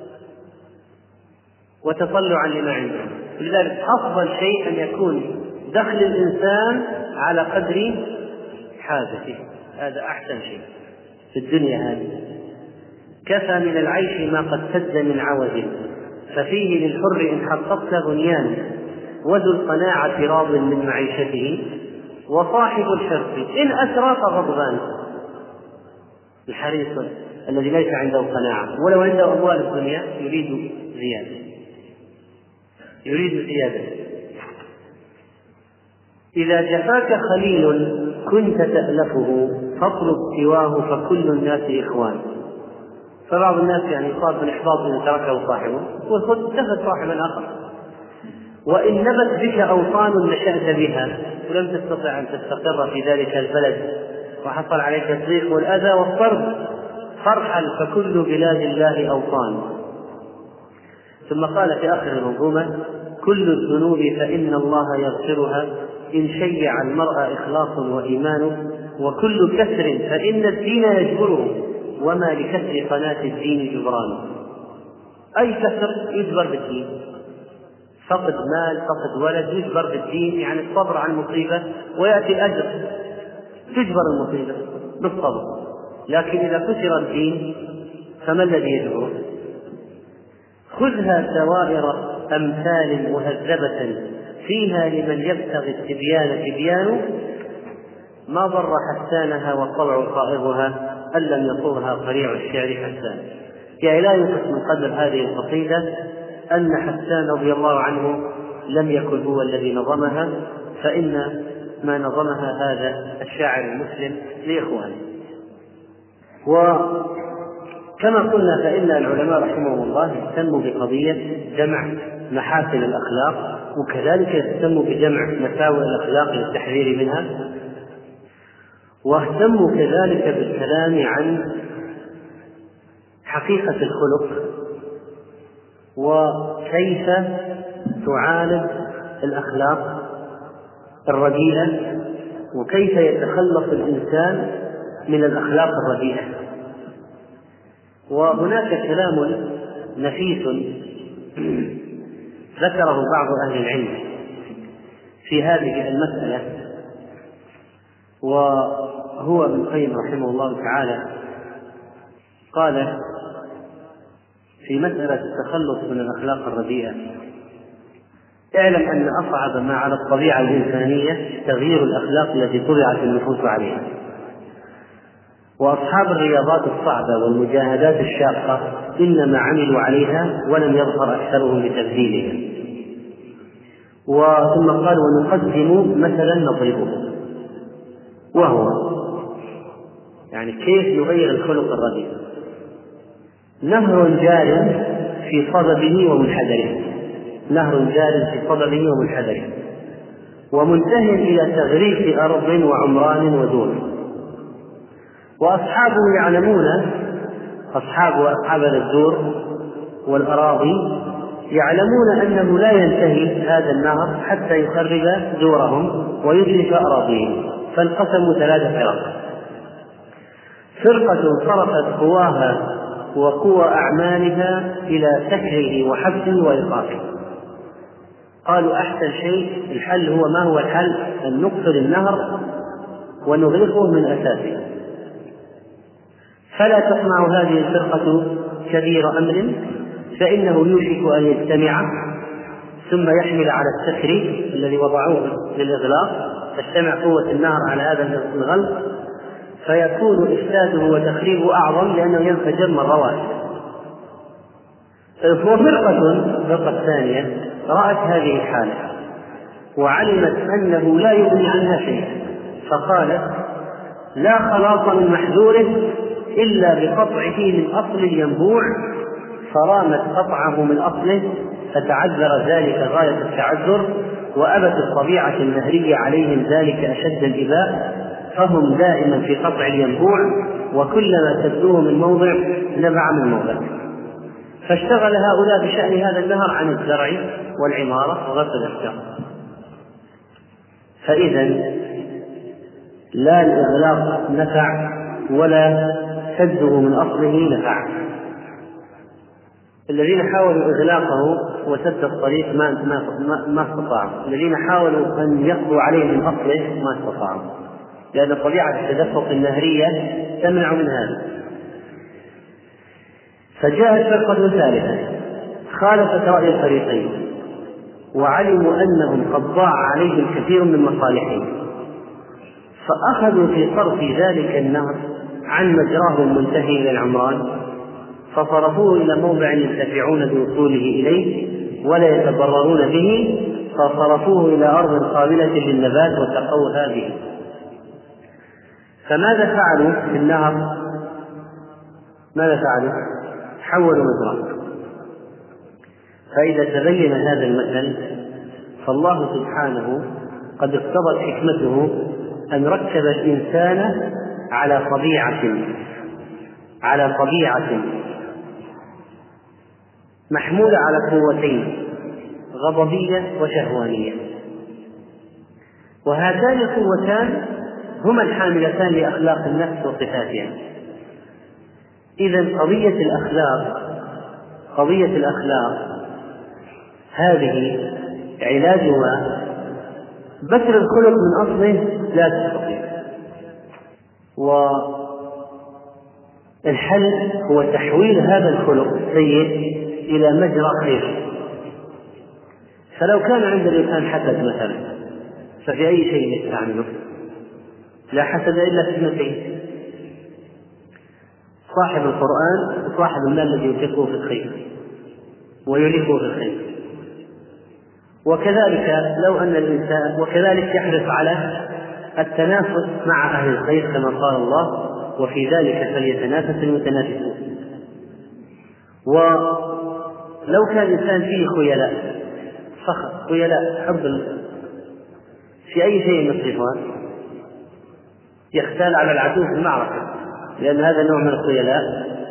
وتطلعا لما عنده. لذلك أفضل شيء أن يكون دخل الإنسان على قدر حاجته، هذا أحسن شيء في الدنيا هذه. كفى من العيش ما قد سد من عوج ففيه للحر إن حققت بنيان، وذو القناعة راض من معيشته، وصاحب الحرص إن أسرى فغضبان. الحريص الذي ليس عنده قناعة ولو عنده أموال الدنيا يريد زيادة يريد زيادة. إذا جفاك خليل كنت تألفه فاطلب سواه فكل الناس إخوان. فبعض الناس يعني يصاب بالإحباط إذا تركه صاحبه وخذ اتخذ صاحبا آخر. وإن نبت بك أوطان نشأت بها ولم تستطع أن تستقر في ذلك البلد وحصل عليك الضيق والأذى والطرد فارحل فكل بلاد الله أوطان. ثم قال في آخر المنظومة: كل الذنوب فإن الله يغفرها إن شيع المرء إخلاص وإيمان، وكل كسر فإن الدين يجبره وما لكسر قناة الدين جبران. أي كسر يجبر بالدين، فقد مال فقد ولد يجبر بالدين، يعني الصبر عن المصيبة ويأتي الأجر، تجبر المصيبة بالصبر. لكن إذا كسر الدين فما الذي يجبره؟ خذها سوائر أمثال مهذبة فيها لمن يبتغي التبيان تبيان، ما ضر حسانها والطبع قائضها أن لم يطورها قريع الشعر حسان. يعني لا يوقف من قدر هذه القصيدة أن حسان رضي الله عنه لم يكن هو الذي نظمها، فإن ما نظمها هذا الشاعر المسلم لإخوانه. وكما قلنا فإن العلماء رحمهم الله اهتموا بقضية جمع محاسن الأخلاق، وكذلك اهتموا بجمع مساوئ الأخلاق للتحذير منها، واهتموا كذلك بالكلام عن حقيقة الخلق وكيف تعالج الأخلاق الرديئة وكيف يتخلص الإنسان من الأخلاق الرديئة. وهناك كلام نفيس ذكره بعض أهل العلم في هذه المسألة، وهو ابن القيم رحمه الله تعالى قال في مسألة التخلص من الأخلاق الرديئة: اعلم أن أصعب ما على الطبيعة الإنسانية تغيير الأخلاق التي طبعت النفوس عليها، وأصحاب الرياضات الصعبة والمجاهدات الشاقة إنما عملوا عليها ولم يظهر أكثرهم بتبديلها. وثم قال: ونقدم مثلا نضربه، وهو يعني كيف نغير الخلق الرديء. نهر جار في صدده ومنحدره، نهر جار في صدده ومنحدره، ومنتهي إلى تغريق أرض وعمران ودور، وأصحابه يعلمون أصحاب وأصحاب الدور والأراضي يعلمون أنه لا ينتهي هذا النهر حتى يخرب دورهم ويدرك أراضيهم، فانقسموا ثلاث فرق. فرقة صرفت قواها وقوى أعمالها إلى سكره وحبسه وإيقافه، قالوا أحسن شيء الحل هو ما هو الحل؟ أن نقفل النهر ونغلقه من أساسه. فلا تسمع هذه الفرقة كبير أمر، فإنه يوشك أن يجتمع ثم يحمل على السكر الذي وضعوه للإغلاق، تجتمع قوة النهر على هذا الغلق فيكون إفساده وتخريبه أعظم لأنه ينفجر مرة واحدة. وفرقة فرقة ثانية رأت هذه الحالة وعلمت أنه لا يغني عنها شيء، فقالت لا خلاص من محذوره إلا بقطعه من أصل الينبوع، فرامت قطعه من أصله فتعذر ذلك غاية التعذر، وأبت الطبيعة النهرية عليهم ذلك أشد الإباء، فهم دائما في قطع الينبوع، وكلما سدوه من موضع نبع من موضع. فاشتغل هؤلاء بشأن هذا النهر عن الزرع والعمارة وغرس الأشجار. فإذا لا الإغلاق نفع ولا سده من أصله نفع. الذين حاولوا إغلاقه وسد الطريق ما ما ما استطاعوا، الذين حاولوا أن يقضوا عليه من أصله ما استطاعوا، لأن طبيعة التدفق النهرية تمنع من هذا. فجاءت فرقة ثالثة خالفت رأي الفريقين، وعلموا أنهم قد ضاع عليهم كثير من مصالحهم، فأخذوا في صرف ذلك النهر عن مجراه المنتهي إلى العمران، فصرفوه إلى موضع ينتفعون بوصوله إليه ولا يتضررون به، فصرفوه إلى أرض قابلة للنبات وسقوا هذه. فماذا فعلوا في النهر؟ ماذا فعلوا؟ حولوا مجراه. فإذا تبين هذا المثل فالله سبحانه قد اقتضت حكمته أن ركب الإنسان على طبيعة على طبيعة محمولة على قوتين غضبية وشهوانية، وهاتان القوتان هما الحاملتان لأخلاق النفس وصفاتها. إذن قضية الأخلاق قضية الأخلاق هذه علاجها بتر الخلق من أصله لا تستطيع، والحل هو تحويل هذا الخلق السيء إلى مجرى خير. فلو كان عند الإنسان حسد مثلا ففي أي شيء يستعمله؟ لا حسد إلا في اثنتين: صاحب القرآن وصاحب المال الذي ينفقه في الخير ويلفه في الخير. وكذلك لو أن الإنسان وكذلك يحرص على التنافس مع أهل الخير كما قال الله: وفي ذلك فليتنافس المتنافسون. ولو كان الإنسان فيه خيلاء فخر خيلاء حب في أي شيء من الصفات يختال على العدو في المعركة، لأن هذا النوع من الخيلاء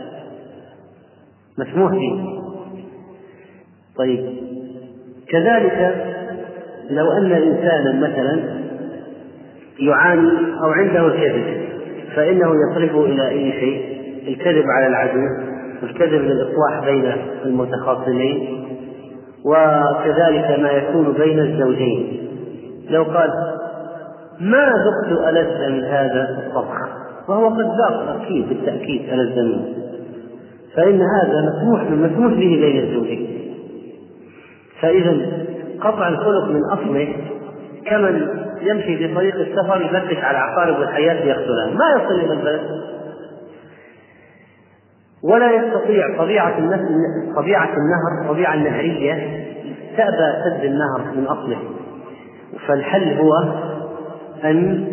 مسموح به. طيب كذلك لو أن إنسانا مثلا يعاني أو عنده الكذب فإنه يصرفه إلى أي شيء: الكذب على العدو، والكذب للإصلاح بين المتخاصمين، وكذلك ما يكون بين الزوجين. لو قال: ما ذقت ألذ من هذا الطبخ، وهو قد ذاق أكيد بالتأكيد ألذ منه، فإن هذا مسموح مسموح به بين الزوجين. فإذا قطع الخلق من أصله كمن يمشي في طريق السفر يفتش على عقارب الحياة ليقتلها، ما يصل إلى البلد. ولا يستطيع طبيعة النهر طبيعة النهر الطبيعة النهرية تأبى سد النهر من أصله. فالحل هو أن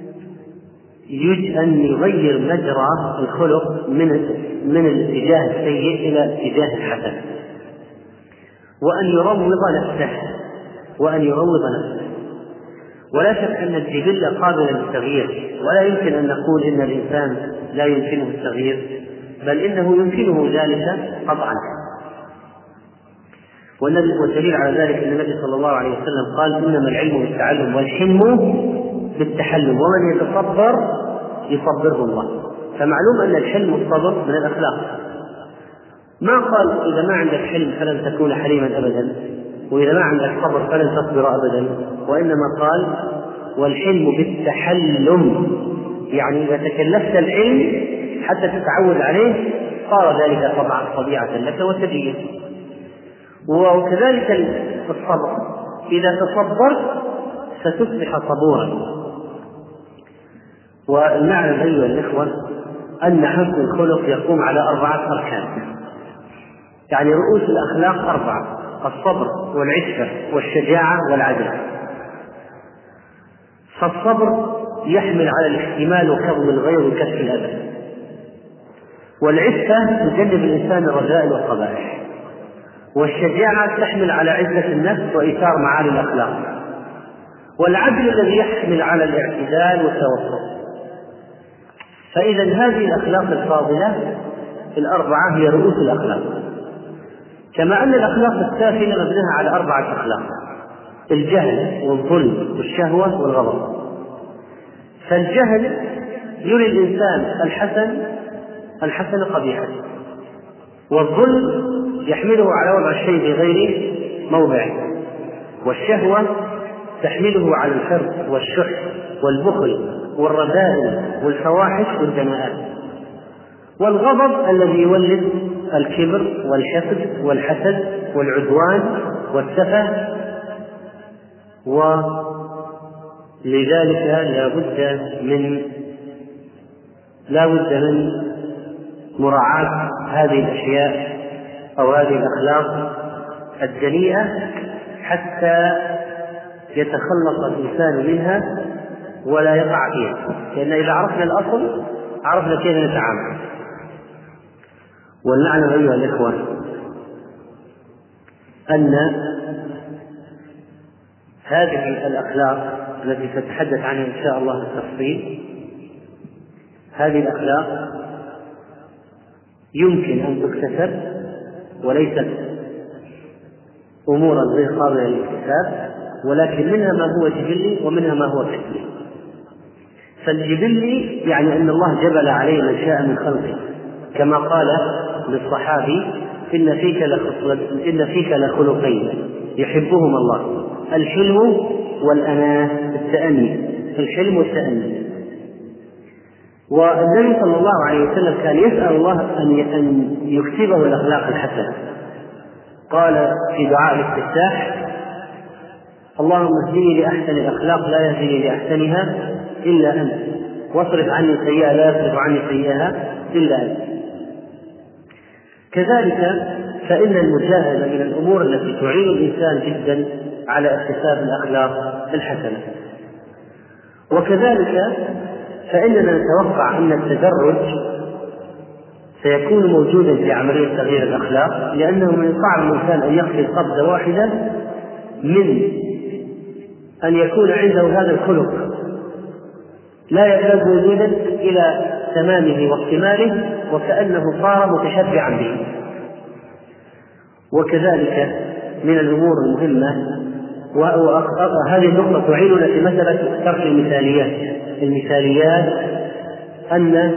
أن يغير مجرى الخلق من من الاتجاه السيء إلى الاتجاه الحسن، وأن يروض نفسه وأن يروض نفسه. ولا شك أن الجبلة قابلة للتغيير، ولا يمكن أن نقول إن الإنسان لا يمكنه التغيير، بل إنه يمكنه ذلك قطعا. والدليل على ذلك أن النبي صلى الله عليه وسلم قال: إنما العلم بالتعلم والحلم بالتحلم، ومن يتصبر يصبره الله. فمعلوم أن الحلم والصبر من الأخلاق. ما قال إذا ما عندك حلم فلن تكون حليما أبدا، وإذا ما عندك صبر فلن تصبر أبدا، وإنما قال: والحلم بالتحلم، يعني إذا تكلفت الحلم حتى تتعود عليه صار ذلك طبيعة لك وتجيه. وكذلك الصبر، إذا تصبرت ستصبح صبورا. والمعنى أيها الإخوة أن حسن الخلق يقوم على أربعة أركان، يعني رؤوس الأخلاق أربعة: الصبر والعفة والشجاعة والعدل. فالصبر يحمل على الاحتمال وكظم الغيظ وكف الأذى، والعفة تجنب الإنسان الرذائل والقبائح، والشجاعة تحمل على عزة النفس وإيثار معالي الأخلاق، والعدل الذي يحمل على الاعتدال والتوسط. فإذا هذه الأخلاق الفاضلة الأربعة هي رؤوس الأخلاق، كما أن الأخلاق السافلة مبناها على أربعة أخلاق: الجهل والظلم والشهوة والغضب. فالجهل يري الإنسان الحسن الحسن قبيحا، والظلم يحمله على وضع الشيء بغير موضعه، والشهوة تحمله على الحرص والشح والبخل والرذائل والفواحش والدناءات، والغضب الذي يولد الكبر والحقد والحسد والعدوان والسفه. ولذلك لا بد من لا بد من مراعاة هذه الأشياء أو هذه الأخلاق الدنيئة حتى يتخلص الإنسان منها ولا يقع فيها، لأن إذا عرفنا الأصل عرفنا كيف نتعامل. والمعنى أيها الإخوة أن هذه الأخلاق التي سأتحدث عنها إن شاء الله بالتفصيل، هذه الأخلاق يمكن أن تكتسب وليست أمورا غير قابلة للاكتساب، ولكن منها ما هو جبلي ومنها ما هو كسبي. فالجبلي يعني أن الله جبل عليه من شاء من خلقه، كما قال للصحابي: إن فيك إن فيك لخلقين يحبهما الله، الحلم والأناة، التأني، الحلم والتأني. والنبي صلى الله عليه وسلم كان يسأل الله أن يكتبه الأخلاق الحسنة. قال في دعاء الاستفتاح: اللهم اهدني لأحسن الأخلاق لا يهدني لأحسنها إلا أنت، واصرف عني سيئة لا يصرف عني سيئها إلا أنت. كذلك فإن المجاهدة من الأمور التي تعين الإنسان جدا على اكتساب الأخلاق الحسنة. وكذلك فإننا نتوقع أن التدرج سيكون موجودا في عملية تغيير الأخلاق، لأنه من الصعب الإنسان أن يقفز قفزة واحدة من أن يكون عنده هذا الخلق لا يزال موجودا إلى تمامه واكتماله وكأنه صار متشبعا به. وكذلك من الأمور المهمة، وهذه النقطة تعيننا في مسألة ترك المثاليات. المثاليات أن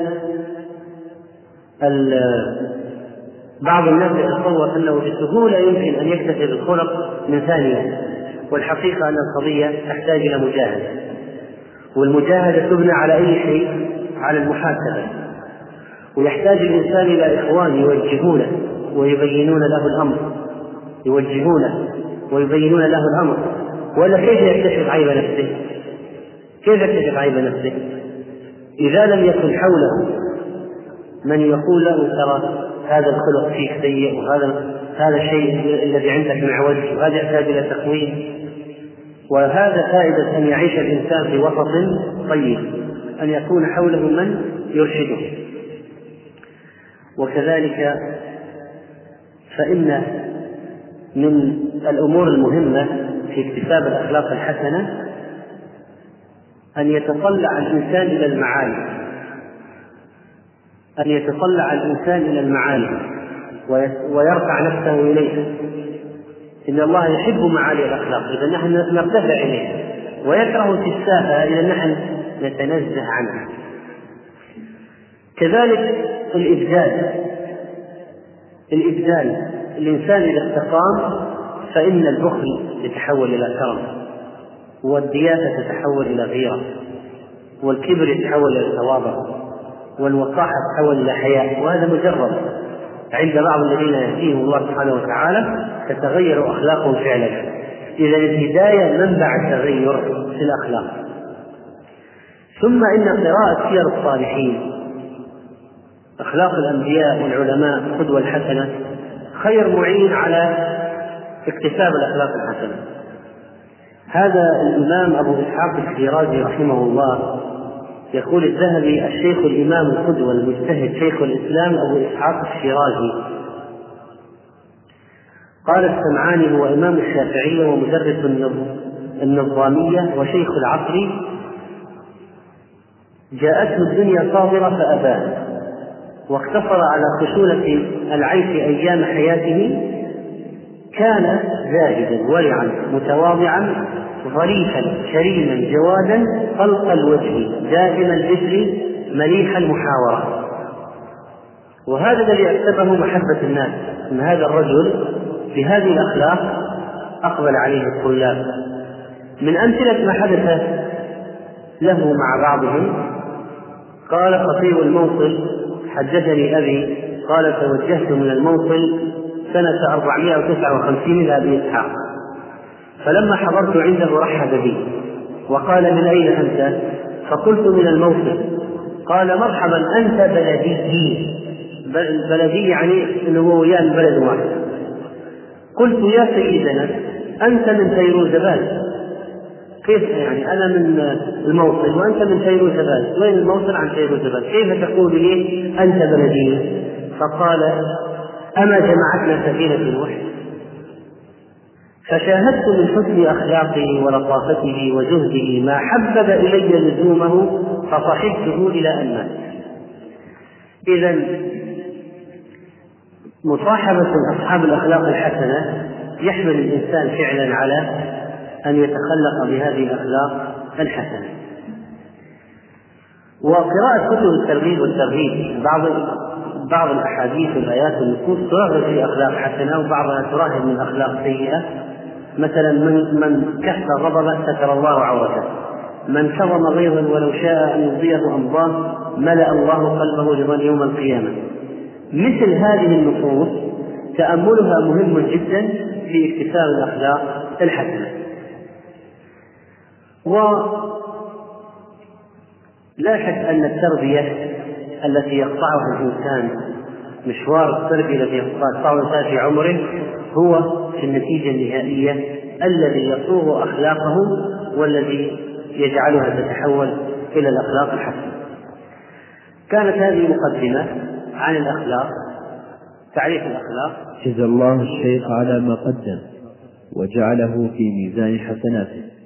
بعض الناس يتصور أنه بسهولة يمكن أن يكتسب الخلق من ثانية، والحقيقة أن القضية تحتاج إلى مجاهدة، والمجاهدة تبنى على أي شيء؟ على المحاسبة. ويحتاج الإنسان إلى إخوان يوجهونه ويبينون له الأمر يوجهونه ويبينون له الأمر ولا كيف يكتشف عيب نفسه؟ كيف يكتشف عيب نفسه إذا لم يكن حوله من يقول له: ترى هذا الخلق فيك سيء، وهذا هذا الشيء الذي عندك معوج، وهذا يحتاج إلى تقويم. وهذا فائدة أن يعيش الإنسان في وسط طيب، أن يكون حوله من يرشده. وكذلك فإن من الأمور المهمة في اكتساب الأخلاق الحسنة أن يتطلع الإنسان إلى المعالي، أن يتطلع الإنسان إلى المعالي ويرفع نفسه إليها. إن الله يحب معالي الأخلاق إذا نحن نرتفع إليها، ويكره استفسافها إذا نحن نتنزه عنها. كذلك الإبدال الإبدال الإنسان إذا استقام فإن البخل يتحول إلى كرم، والدياثة تتحول إلى غيرة، والكبر يتحول إلى تواضع، والوقاحة تتحول إلى حياء. وهذا مجرد عند بعض الذين يهديهم الله سبحانه وتعالى تتغير أخلاقهم فعلا. إذا الهداية منبع التغير في الأخلاق. ثم إن قراءة سير الصالحين، أخلاق الأنبياء والعلماء، القدوة الحسنة، خير معين على اكتساب الأخلاق الحسنة. هذا الإمام أبو إسحاق الشيرازي رحمه الله يقول الذهبي: الشيخ الإمام القدوة المجتهد شيخ الإسلام أبو إسحاق الشيرازي. قال السمعاني: هو إمام الشافعية ومدرس النظامية وشيخ العصر، جاءته الدنيا صابرة فأباه، واقتصر على خشونة العيش أيام حياته. كان زاهدا ورعا متواضعا ظريفا كريما جوادا طلق الوجه دائم البشر مليح المحاورة. وهذا الذي أكسبه محبة الناس، أن هذا الرجل بهذه الأخلاق أقبل عليه الطلاب. من أمثلة ما حدث له مع بعضهم: قال خطيب الموصل: حدثني أبي قال توجهت من الموصل سنة أربعمائة وتسعة وخمسين إلى أبي إسحاق، فلما حضرت عنده رحب بي وقال: من أين أنت؟ فقلت: من الموصل. قال: مرحبا، أنت بلدي. بلدي يعني أنه هو وياه من بلد واحد. قلت: يا سيدنا أنت من فيروزباد. كيف يعني أنا من الموصل وأنت من فيروزباد؟ وين الموصل عن فيروزباد؟ كيف تقول لي أنت بلدي؟ فقال: أما جمعتنا سفينة الوحي؟ فشاهدت من حسن أخلاقه ولطافته وجهده ما حبب إلي لزومه فصحبته إلى أن مات. إذن مصاحبة أصحاب الأخلاق الحسنة يحمل الإنسان فعلا على أن يتخلق بهذه الأخلاق الحسنة. وقراءة كتب الترغيب والترهيب، بعض بعض الأحاديث والآيات والنصوص ترغب في أخلاق حسنة وبعضها تراهب من أخلاق سيئة. مثلا: من من كف غضبه ستر الله عورته، من كظم غيظا ولو شاء أن يرضيه أمضاه ملأ الله قلبه رضا يوم القيامة. مثل هذه النصوص تأملها مهم جدا في اكتساب الأخلاق الحسنة. ولا شك أن التربية التي يقطعها الإنسان، مشوار التربية الذي يقطعه الإنسان في عمره، هو في النتيجة النهائية الذي يصوغ أخلاقه والذي يجعلها تتحول إلى الأخلاق الحسنة. كانت هذه مقدمة عن الأخلاق، تعريف الأخلاق. جزا الله الشيخ على ما قدم وجعله في ميزان حسناته.